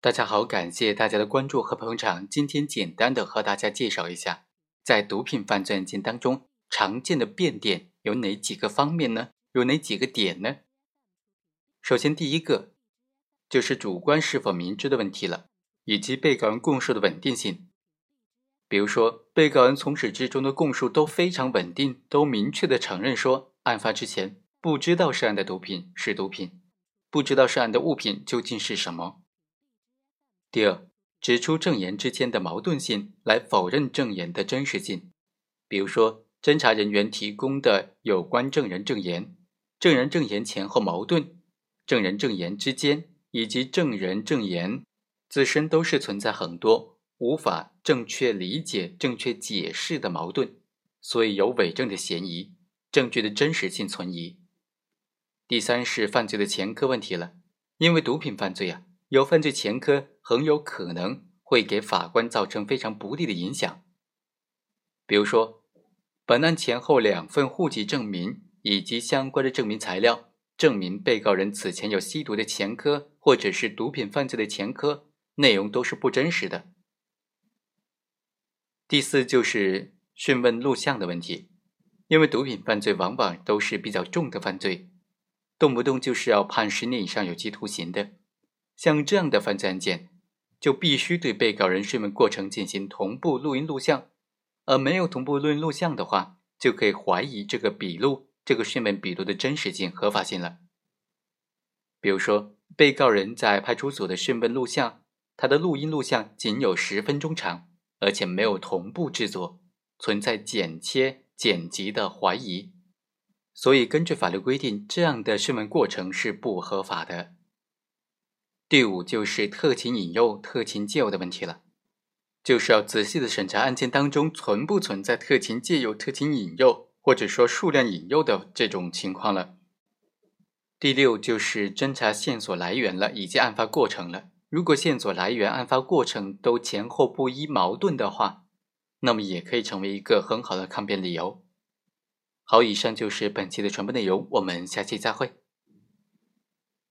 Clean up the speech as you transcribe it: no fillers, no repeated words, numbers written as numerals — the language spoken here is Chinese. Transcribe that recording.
大家好，感谢大家的关注和捧场。今天简单的和大家介绍一下，在毒品犯罪案件当中，常见的变点有哪几个方面呢？有哪几个点呢？首先，第一个就是主观是否明知的问题了，以及被告人供述的稳定性。比如说，被告人从始至终的供述都非常稳定，都明确的承认说，案发之前不知道涉案的毒品是毒品，不知道涉案的物品究竟是什么。第二，指出证言之间的矛盾性，来否认证言的真实性。比如说，侦查人员提供的有关证人证言，证人证言前后矛盾，证人证言之间以及证人证言自身都是存在很多无法正确理解、正确解释的矛盾，所以有伪证的嫌疑，证据的真实性存疑。第三是犯罪的前科问题了，因为毒品犯罪有犯罪前科，很有可能会给法官造成非常不利的影响。比如说，本案前后2份户籍证明以及相关的证明材料，证明被告人此前有吸毒的前科，或者是毒品犯罪的前科，内容都是不真实的。第四就是讯问录像的问题，因为毒品犯罪往往都是比较重的犯罪，动不动就是要判10年以上有期徒刑的。像这样的犯罪案件，就必须对被告人讯问过程进行同步录音录像，而没有同步录音录像的话，就可以怀疑这个笔录、这个讯问笔录的真实性、合法性了。比如说，被告人在派出所的讯问录像，他的录音录像仅有10分钟长，而且没有同步制作，存在剪切、剪辑的怀疑，所以根据法律规定，这样的讯问过程是不合法的。第五就是特情引诱、特情介诱的问题了，就是要仔细的审查案件当中存不存在特情介诱、特情引诱，或者说数量引诱的这种情况了。第六就是侦查线索来源了，以及案发过程了。如果线索来源、案发过程都前后不一、矛盾的话，那么也可以成为一个很好的抗辩理由。好，以上就是本期的全部内容，我们下期再会。